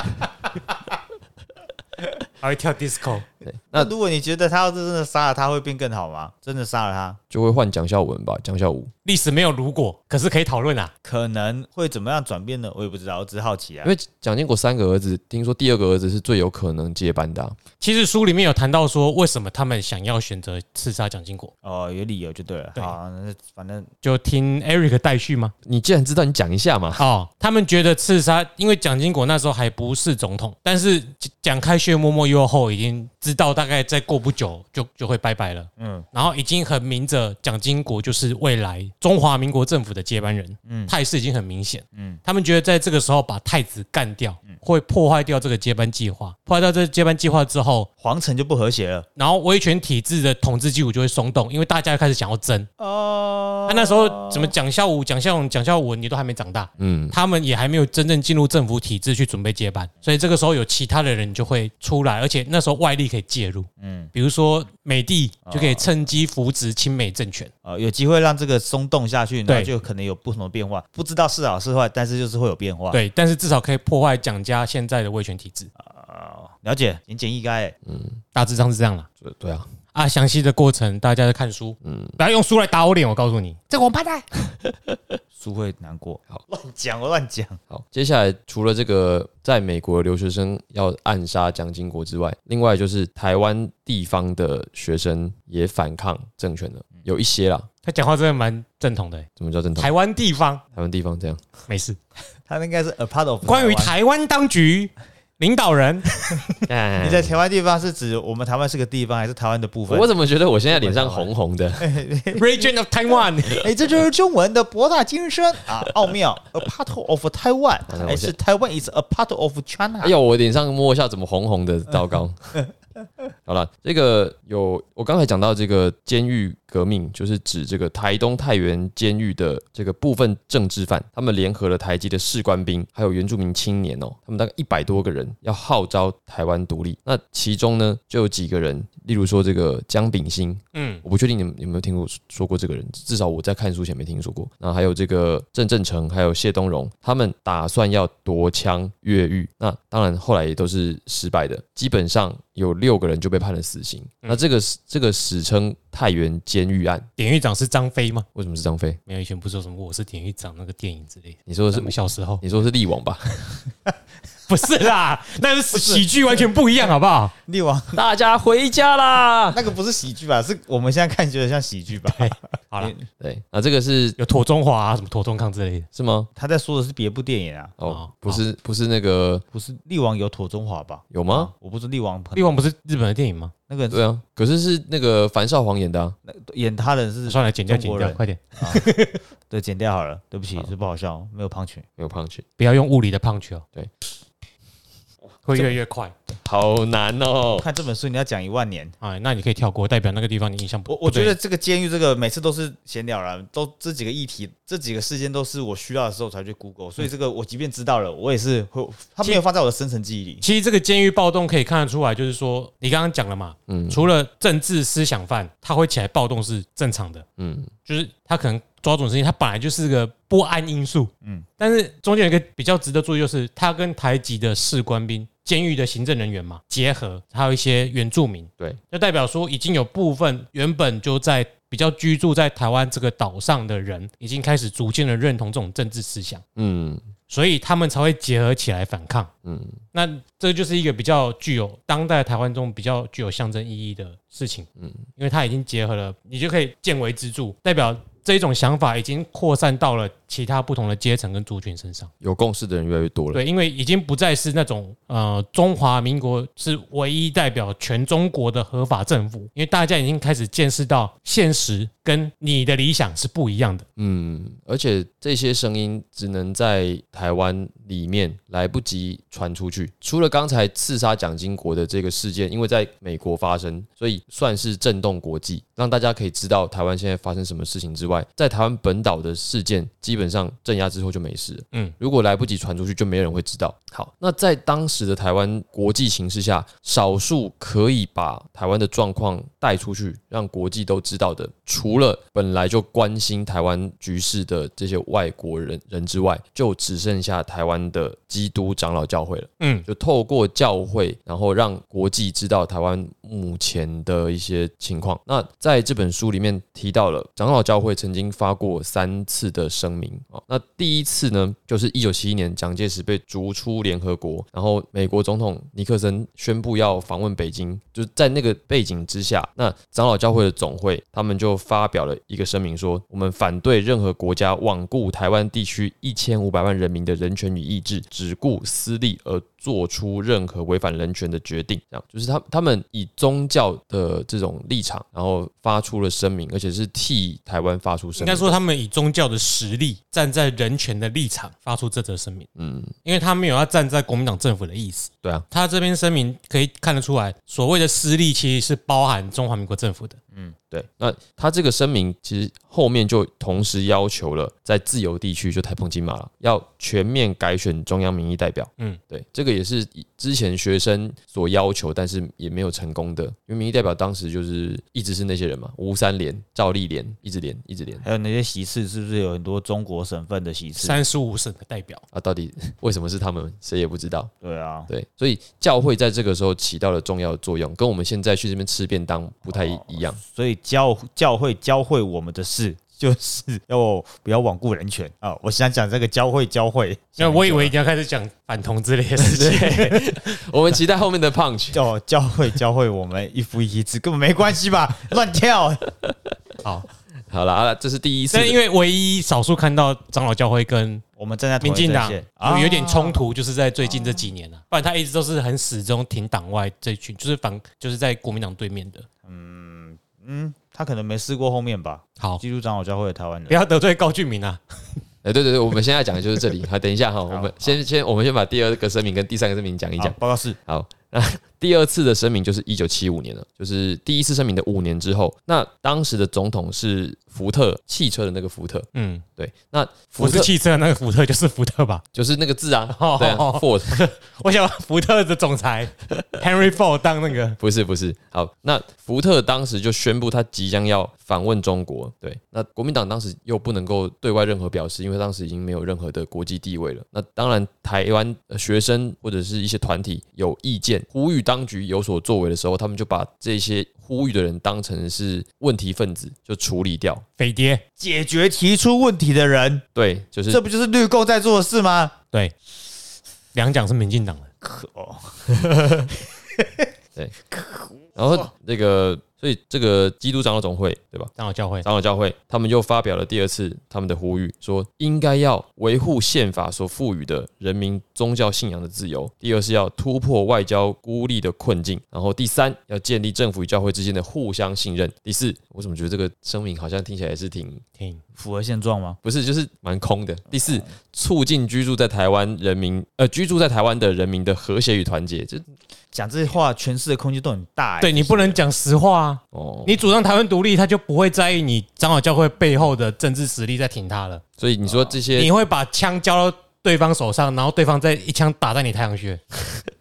还会跳 disco。 那如果你觉得他要是真的杀了他，会变更好吗？真的杀了他， 就会换蒋孝文吧，蒋孝武。 历史没有如果，可是可以讨论啊。 可能会怎么样转变呢？我也不知道，我只是好奇啊。 因为蒋经国3个儿子，听说第2个儿子是最有可能接班的。 其实书里面有谈到说，为什么他们想要选择刺杀蒋经国。 哦，有理由就对了。好，那反正就听 Eric 待续吗？ 你既然知道，你讲一下嘛。 哦，他们觉得刺杀，因为蒋经国那时候还不是总统，但是蒋开穴默默悠后已经知道，大概再过不久就会拜拜了。然后已经很明着，蒋经国就是未来中华民国政府的接班人。态势已经很明显。他们觉得在这个时候把太子干掉，会破坏掉这个接班计划。破坏掉这个接班计划之后， 皇城就不和谐了， 然后威权体制的统治基础就会松动，因为大家开始想要争。那时候怎么蒋孝文也都还没长大，他们也还没有真正进入政府体制去准备接班，所以这个时候有其他的人就会出来，而且那时候外力可以介入，比如说美帝就可以趁机扶植亲美政权， 有机会让这个松动下去，然后就可能有不同的变化，不知道是好是坏，但是就是会有变化。 对，但是至少可以破坏蒋家现在的威权体制。 了解，言简意赅。 大致上是这样啦。 对啊。 详细的过程大家在看书，不要用书来打我脸，我告诉你，这个王八蛋， 书会难过。 好， 乱讲。 好，接下来除了这个在美国的留学生要暗杀蒋经国之外，另外就是台湾地方的学生也反抗政权了，有一些啦。 他讲话真的蛮正统的。 怎么叫正统？ 台湾地方这样，没事。 他应该是 a part of 关于台湾当局领导人。 你在台湾地方是指我们台湾是个地方，还是台湾的部分？ 我怎么觉得我现在脸上红红的 ？Region of Taiwan。 这就是中文的博大精深啊，奥妙。A part of Taiwan， 还是台湾 is a part of China？ 哎呦，我脸上摸一下，怎么红红的？糟糕。好了，这个我刚才讲到这个监狱革命，就是指这个台东太原监狱的这个部分政治犯，他们联合了台籍的士官兵，还有原住民青年哦，他们大概100多个人要号召台湾独立。那其中呢，就有几个人，例如说这个江炳新，我不确定你们有没有听说过这个人，至少我在看书前没听说过。那还有这个郑正成，还有谢东荣，他们打算要夺枪越狱，那当然后来也都是失败的，基本上有6个人就被判了死刑。那这个史称太原监狱案。 典狱长是张飞吗？ 为什么是张飞？ 没有，以前不是说什么我是典狱长那个电影之类的。 你说的是我们小时候？ 你说的是力王吧？ 不是啦，那是喜剧，完全不一样，好不好？ 力王， 大家回家啦！ 那个不是喜剧吧？是我们现在看觉得像喜剧吧？ 好了， 对，那这个是有妥中华啊，什么妥中康之类的， 是吗？ 他在说的是别部电影啊。 不是那个， 不是力王有妥中华吧？ 有吗？ 我不是力王， 力王不是日本的电影吗？ 那个对啊，可是那个樊少皇演的啊， 演他的是算了，剪掉，快点。 对，剪掉好了，对不起，是不好笑，没有punch， 没有punch， 不要用物理的punch哦。 对。 会越来越快， 好难哦！ 看这本书你要讲1万年， 那你可以跳过，代表那个地方你印象不？ 我觉得这个监狱这个每次都是闲聊啦，都这几个议题、这几个事件都是我需要的时候才去 Google， 所以这个我即便知道了，我也是会，它没有放在我的深层记忆里。 其实这个监狱暴动可以看得出来，就是说你刚刚讲了嘛，除了政治思想犯他会起来暴动是正常的，就是他可能抓准时间，他本来就是个不安因素，但是中间有一个比较值得注意，就是他跟台籍的士官兵、监狱的行政人员嘛结合，还有一些原住民， 对， 就代表说已经有部分原本就在比较居住在台湾这个岛上的人，已经开始逐渐的认同这种政治思想， 所以他们才会结合起来反抗。那这就是一个比较具有当代台湾中比较具有象征意义的事情。因为它已经结合了，你就可以见微知著，代表这一种想法已经扩散到了其他不同的阶层跟族群身上， 有共识的人越来越多了。 对，因为已经不再是那种中华民国是唯一代表全中国的合法政府，因为大家已经开始见识到现实跟你的理想是不一样的。 而且这些声音只能在台湾里面，来不及传出去。除了刚才刺杀蒋经国的这个事件，因为在美国发生，所以算是震动国际，让大家可以知道台湾现在发生什么事情之外，在台湾本岛的事件基本上镇压之后就没事了。如果来不及传出去，就没人会知道。好，那在当时的台湾国际形势下，少数可以把台湾的状况带出去，让国际都知道的，除了本来就关心台湾局势的这些外国人之外，就只剩下台湾的基督长老教会了。就透过教会，然后让国际知道台湾目前的一些情况。那在这本书里面提到了，长老教会曾经发过3次的声明。那第一次呢，就是1971年蒋介石被逐出联合国，然后美国总统尼克森宣布要访问北京，就是在那个背景之下，那长老教会的总会他们就发表了一个声明说，我们反对任何国家罔顾台湾地区1500万人民的人权与意志，只顾私利而做出任何违反人权的决定。这样就是他们以宗教的这种立场，然后发出了声明，而且是替台湾发出声明。 应该说他们以宗教的实力站在人权的立场发出这则声明。因为他没有要站在国民党政府的意思。 对啊， 他这边声明可以看得出来，所谓的私利其实是包含中华民国政府的。 对，那他这个声明其实后面就同时要求了，在自由地区就台澎金马了，要全面改选中央民意代表。对，这个也是之前学生所要求，但是也没有成功的，因为民意代表当时就是一直是那些人嘛，吴三连、赵立连，一直连。 还有那些席次是不是有很多中国省份的席次 ？35省的代表啊，到底为什么是他们，谁也不知道。 对啊， 对，所以教会在这个时候起到了重要的作用，跟我们现在去这边吃便当不太一样。 所以教会教会我们的事，就是要不要罔顾人权啊！我想讲这个教会， 因为我以为一定要开始讲反同之类的事情。 我们期待后面的 punch。 教会我们一夫一妻，根本没关系吧？乱跳。 好了，这是第一次。 但因为唯一少数看到长老教会跟我们站在民进党有点冲突，就是在最近这几年不然他一直都是很始终挺党外这群，就是在国民党对面的。 他可能没试过后面吧。 好， 基督长老教会的台湾人， 不要得罪高俊明啊。 对，我们现在讲的就是这里。好，等一下哈，我们先把第2个声明跟第3个声明讲一讲。 报告是好。那第2次的声明就是1975年了，就是第1次声明的5年之后。那当时的总统是福特汽车的那个福特。对，那福特不是汽车那个福特就是福特吧？ 就是那个字啊，对啊 ，Ford。 我想福特的总裁 Henry Ford 当那个不是。好，那福特当时就宣布他即将要访问中国。对，那国民党当时又不能够对外任何表示，因为当时已经没有任何的国际地位了。那当然，台湾学生或者是一些团体有意见，呼吁当局有所作为的时候，他们就把这些呼吁的人当成是问题分子，就处理掉。 匪谍解决提出问题的人， 对，就是这不就是绿共在做的事吗？ 对，两蒋是民进党的。 对，然后这个。所以这个基督长老总会，对吧？ 长老教会，他们又发表了第2次他们的呼吁，说应该要维护宪法所赋予的人民宗教信仰的自由。第2是要突破外交孤立的困境，然后第3要建立政府与教会之间的互相信任。第4，我怎么觉得这个声明好像听起来是挺符合现状吗？ 不是，就是蛮空的。第4，促进居住在台湾的人民的和谐与团结。 讲这些话诠释的空间都很大。 对，你不能讲实话啊。你主张台湾独立，他就不会在意你长老教会背后的政治实力在挺他了。 所以你说这些， 你会把枪交到对方手上，然后对方再一枪打在你太阳穴。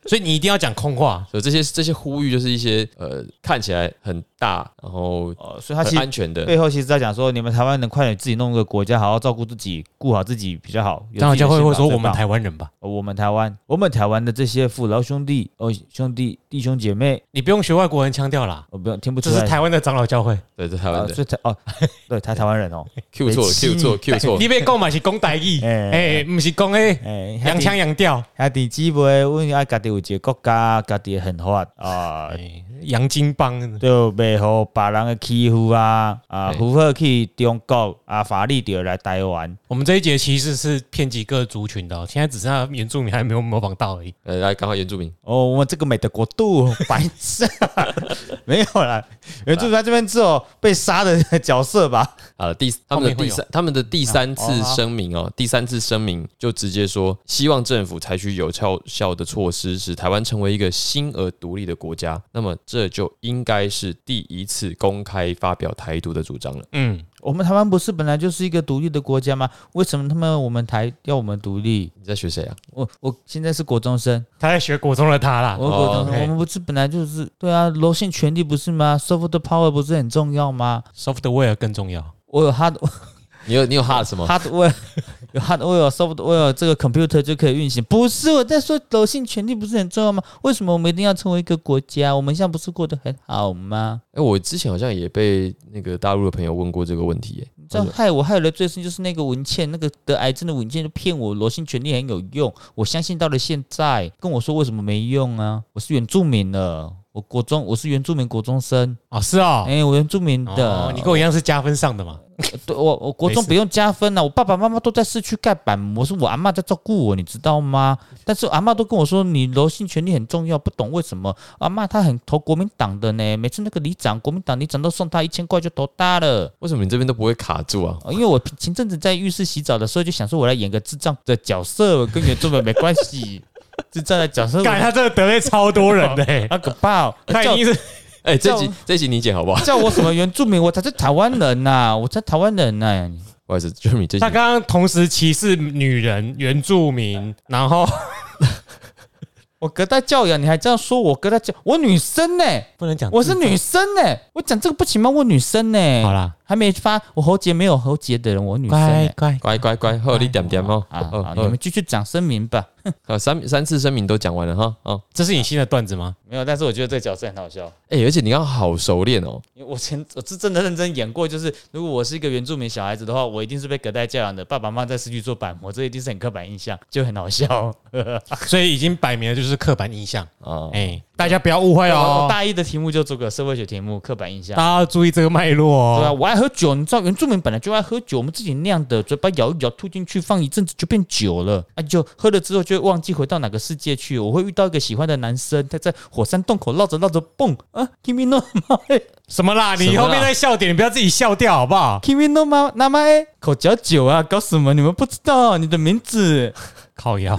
所以你一定要讲空话。 所以这些呼吁就是一些看起来很大，然后所以他其实很安全的背后其实在讲说，你们台湾人快点自己弄个国家，好好照顾自己，顾好自己比较好。 长老教会会说我们台湾， 湾人吧， 我们台湾的这些父老兄弟弟兄姐妹， 你不用学外国人腔调啦， 我不用听不出来， 这是台湾的长老教会。 对，这台湾的所以对台湾人哦 ，Q 错， 你别讲嘛是讲台语，不是讲洋腔洋调， 兄弟姊妹，阮爱家己有一个国家，家己的宪法啊， 洋金帮就袂互别人的欺负啊，符合去中国啊，法律就来台湾。 我们这一节其实是遍及各族群的，现在只剩下原住民还没有模仿到而已。 来，刚好原住民我们这个美的国度，白痴，没有啦，原住民在这边只有被杀的角色吧？ 他们的第三次声明第三次声明就直接说，希望政府采取有效的措施，使台湾成为一个新而独立的国家。那么这就应该是第一次公开发表台独的主张了。 我们台湾不是本来就是一个独立的国家吗？为什么我们台要我们独立？ 你在学谁啊？ 我现在是国中生， 他在学国中的他啦。 我们不是本来就是对啊，柔性权利不是吗 ？soft power 不是很重要吗 ？software 更重要。 我有 hard， 你有 hard 什么 ？hardware 有 hardware software 这个 computer 就可以运行。不是我在说柔性权利不是很重要吗？为什么我们一定要成为一个国家？我们现在不是过得很好吗？ 我之前好像也被那个大陆的朋友问过这个问题你知道害我的最深就是那个文倩，那个得癌症的文倩就骗我柔性权利很有用，我相信到了现在，跟我说为什么没用啊？我是原住民了。我是原住民国中生是哦， 我原住民的， 你跟我一样是加分上的嘛？ 对，我国中不用加分啊，我爸爸妈妈都在市区盖板模，是我阿嬷在照顾我，你知道吗？但是阿嬷都跟我说，你柔性权利很重要，不懂为什么？阿嬷她很投国民党的呢，每次那个国民党里长都送她1000块就投大了。 为什么你这边都不会卡住啊？ 因为我前阵子在浴室洗澡的时候，就想说我来演个智障的角色，跟原住民没关系。智障的角色， 他真的得罪超多人的， 好可怕！ 他已经是这集你剪好不好？ 叫我什么原住民？我才是台湾人呐！我才台湾人呐！ 不好意思，Jeremy， 他刚刚同时歧视女人、原住民，然后我隔代教养，你还这样说我隔代教？我女生呢？ 不能讲， 我是女生呢，我讲这个不行吗？我女生呢？ 好啦。 还没发，我喉结没有喉结的人，我女生、 乖，好，你点哦。 你们继续讲声明吧。 三次声明都讲完了哈。 这是你新的段子吗？ 没有，但是我觉得这个角色很好笑。 而且你刚好熟练哦。 因为我是真的认真演过，就是如果我是一个原住民小孩子的话，我一定是被隔代教养的，爸爸妈妈在市区做板模，这一定是很刻板印象，就很好笑。 所以已经摆明了就是刻板印象大家不要误会哦。 我大一的题目就做个社会学题目，刻板印象， 大家要注意这个脉络哦。 对啊，我爱喝酒，你知道原住民本来就爱喝酒，我们自己酿的，嘴巴咬一咬吐进去，放一阵子就变酒了，就喝了之后就会忘记回到哪个世界去。我会遇到一个喜欢的男生，他在火山洞口绕着蹦Kimi no Namae 什么啦？你后面在笑点，你不要自己笑掉好不好 ？Kimi no Namae 口嚼酒啊，搞什么？你们不知道你的名字？ 靠腰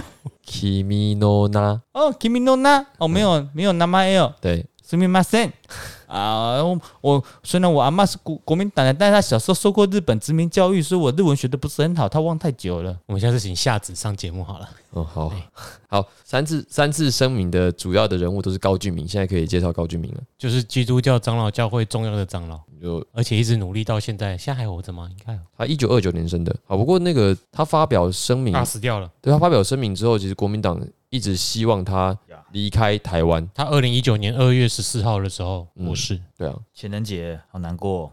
Kimi no na Kimi no na 没有 Namae 对。 すみません我虽然我阿嬷是国民党的，但是她小时候受过日本殖民教育，所以我日文学的不是很好，她忘太久了。 我们现在是请夏子上节目好了。 好，三次声明的主要的人物都是高俊明，现在可以介绍高俊明了， 就是基督教长老教会重要的长老，而且一直努力到现在，现在还活着吗？应该有。 他1929年生的。好，不过那个他发表声明， 他死掉了。 对，他发表声明之后，其实国民党一直希望他离开台湾。 他2019年2月14号的时候过世。 对啊， 情人节好难过。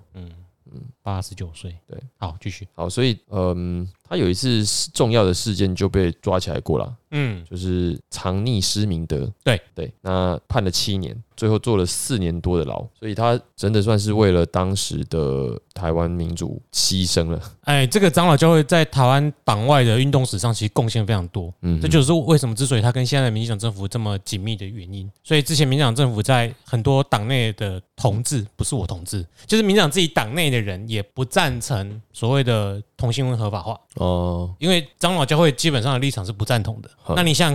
89岁。 对， 好，继续。 好，所以他有一次重要的事件就被抓起来过了。就是藏匿施明德。对，那判了7年，最后坐了4年多的牢，所以他真的算是为了当时的台湾民主牺牲了。 这个长老教会在台湾党外的运动史上其实贡献非常多。这就是为什么之所以他跟现在的民进党政府这么紧密的原因。所以之前民进党政府在很多党内的同志，不是我同志，就是民进党自己党内的人也不赞成所谓的同性婚合法化。因为长老教会基本上的立场是不赞同的。那你想想看，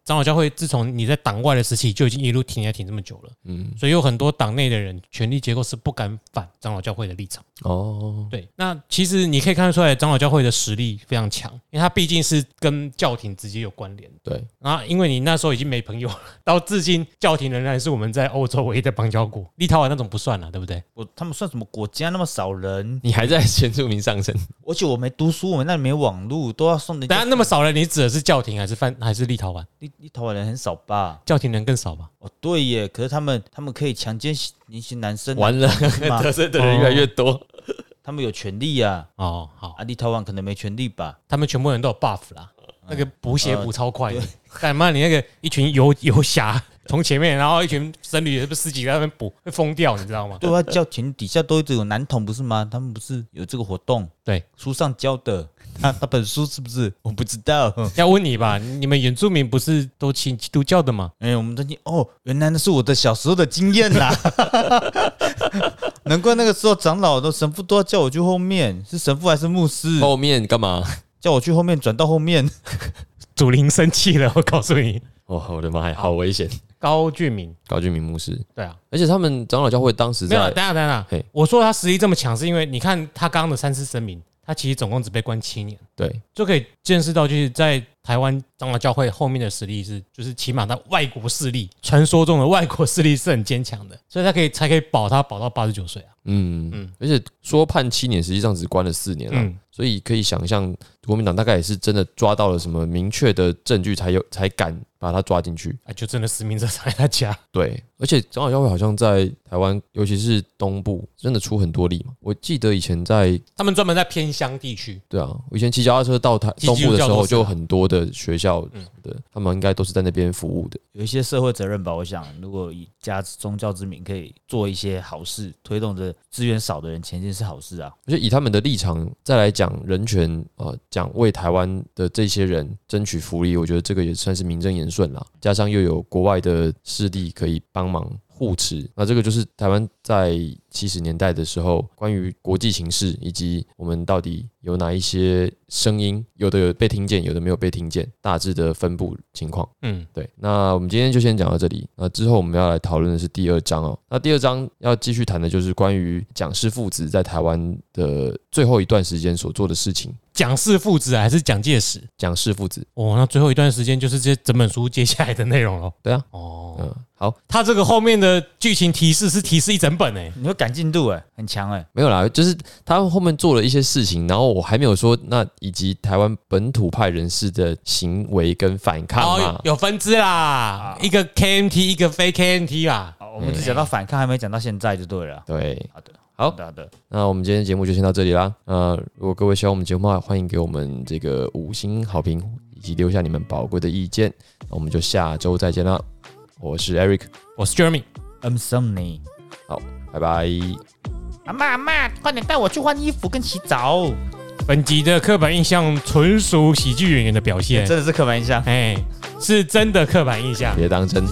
长老教会自从你在党外的时期就已经一路挺这么久了，所以有很多党内的人权力结构是不敢反长老教会的立场。对，那其实你可以看得出来，长老教会的实力非常强，因为它毕竟是跟教廷直接有关联。 对， 然后因为你那时候已经没朋友了，到至今教廷仍然是我们在欧洲唯一的邦交国，立陶宛那种不算了，对不对？ 他们算什么国家？那么少人， 你还在原住民上升， 而且我没读书，我们那里没网路，都要送人家。 当然那么少人，你指的是教廷还是立陶宛？ 立陶宛人很少吧？ 教廷人更少吧？ 哦，对耶，可是他们可以强奸年轻男生， 完了，得罪的人越来越多。 他们有权利啊。 好啊，立陶宛可能没权利吧？ 他们全部人都有 buff 啦，那个补血补超快的。干嘛？你那个一群游侠从前面，然后一群僧侣十几个在那边补，会疯掉，你知道吗？ 对啊，教廷底下都一直有男童不是吗？他们不是有这个活动？ 对， 书上教的。他本书是不是？我不知道。 要问你吧，你们原住民不是都信基督教的吗？ 我们最近原来那是我的小时候的经验啦。难怪那个时候长老的神父都要叫我去后面，是神父还是牧师？ 后面干嘛？ 叫我去后面转到后面。 祖灵生气了，我告诉你。 我的妈呀，好危险！ 高俊明牧师， 对啊， 而且他们长老教会当时在没有，等一下，我说他实力这么强，是因为你看他刚刚的3次声明，他其实总共只被关7年， 对， 就可以见识到，就是在台湾长老教会后面的实力就是起码他外国势力，传说中的外国势力是很坚强的，所以才可以保到89岁啊。 而且说判7年，实际上只关了4年了，所以可以想象国民党大概也是真的抓到了什么明确的证据，才敢把他抓进去， 就真的实名制在他家。 对，而且长老教会好像在台湾，尤其是东部，真的出很多力嘛。我记得以前他们专门在偏乡地区， 对啊，我以前骑脚踏车到东部的时候，就有很多的学校的，他们应该都是在那边服务的。 有一些社会责任吧，我想，如果以家宗教之名，可以做一些好事，推动着资源少的人前进是好事啊。 而且以他们的立场再来讲人权，讲为台湾的这些人争取福利，我觉得这个也算是名正言顺啦。加上又有国外的势力可以帮忙护持，那这个就是台湾在70年代的时候，关于国际情势以及我们到底有哪一些声音，有的有被听见，有的没有被听见，大致的分布情况。对。那我们今天就先讲到这里。那之后我们要来讨论的是第2章哦。那第2章要继续谈的就是关于蒋氏父子在台湾的最后一段时间所做的事情。 蒋氏父子还是蒋介石？ 蒋氏父子。 那最后一段时间就是这整本书接下来的内容咯。 对啊。好， 他这个后面的剧情提示是提示一整本你会赶进度很强没有啦，就是他后面做了一些事情，然后我还没有说那以及台湾本土派人士的行为跟反抗嘛， 有分支啦，一个 KMT 一个非 KMT 啦。 我们只讲到反抗，还没讲到现在就对了。 对， 好的， 那我们今天的节目就先到这里啦。如果各位喜欢我们节目的话，欢迎给我们这个5星好评，以及留下你们宝贵的意见。那我们就下周再见啦。我是 Eric， 我是 Jeremy，I'm Sunny。 好，拜拜。 阿嬷，快点带我去换衣服跟洗澡。 本集的刻板印象纯属喜剧演员的表现， 真的是刻板印象， 是真的刻板印象， 别当真。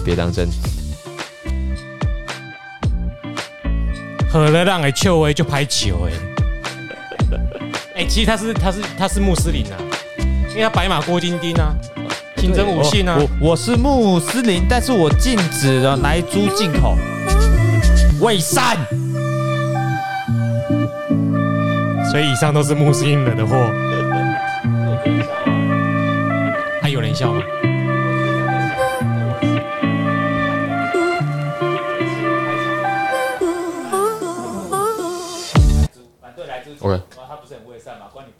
喝了让人笑就拍球其实他是穆斯林啊，因为他白马郭晶晶啊。清真五姓啊！ 我是穆斯林，但是我禁止了来猪进口，伪善。 所以以上都是穆斯林惹的祸。还有人笑吗 ？OK。 他不是很伪善吗？关你屁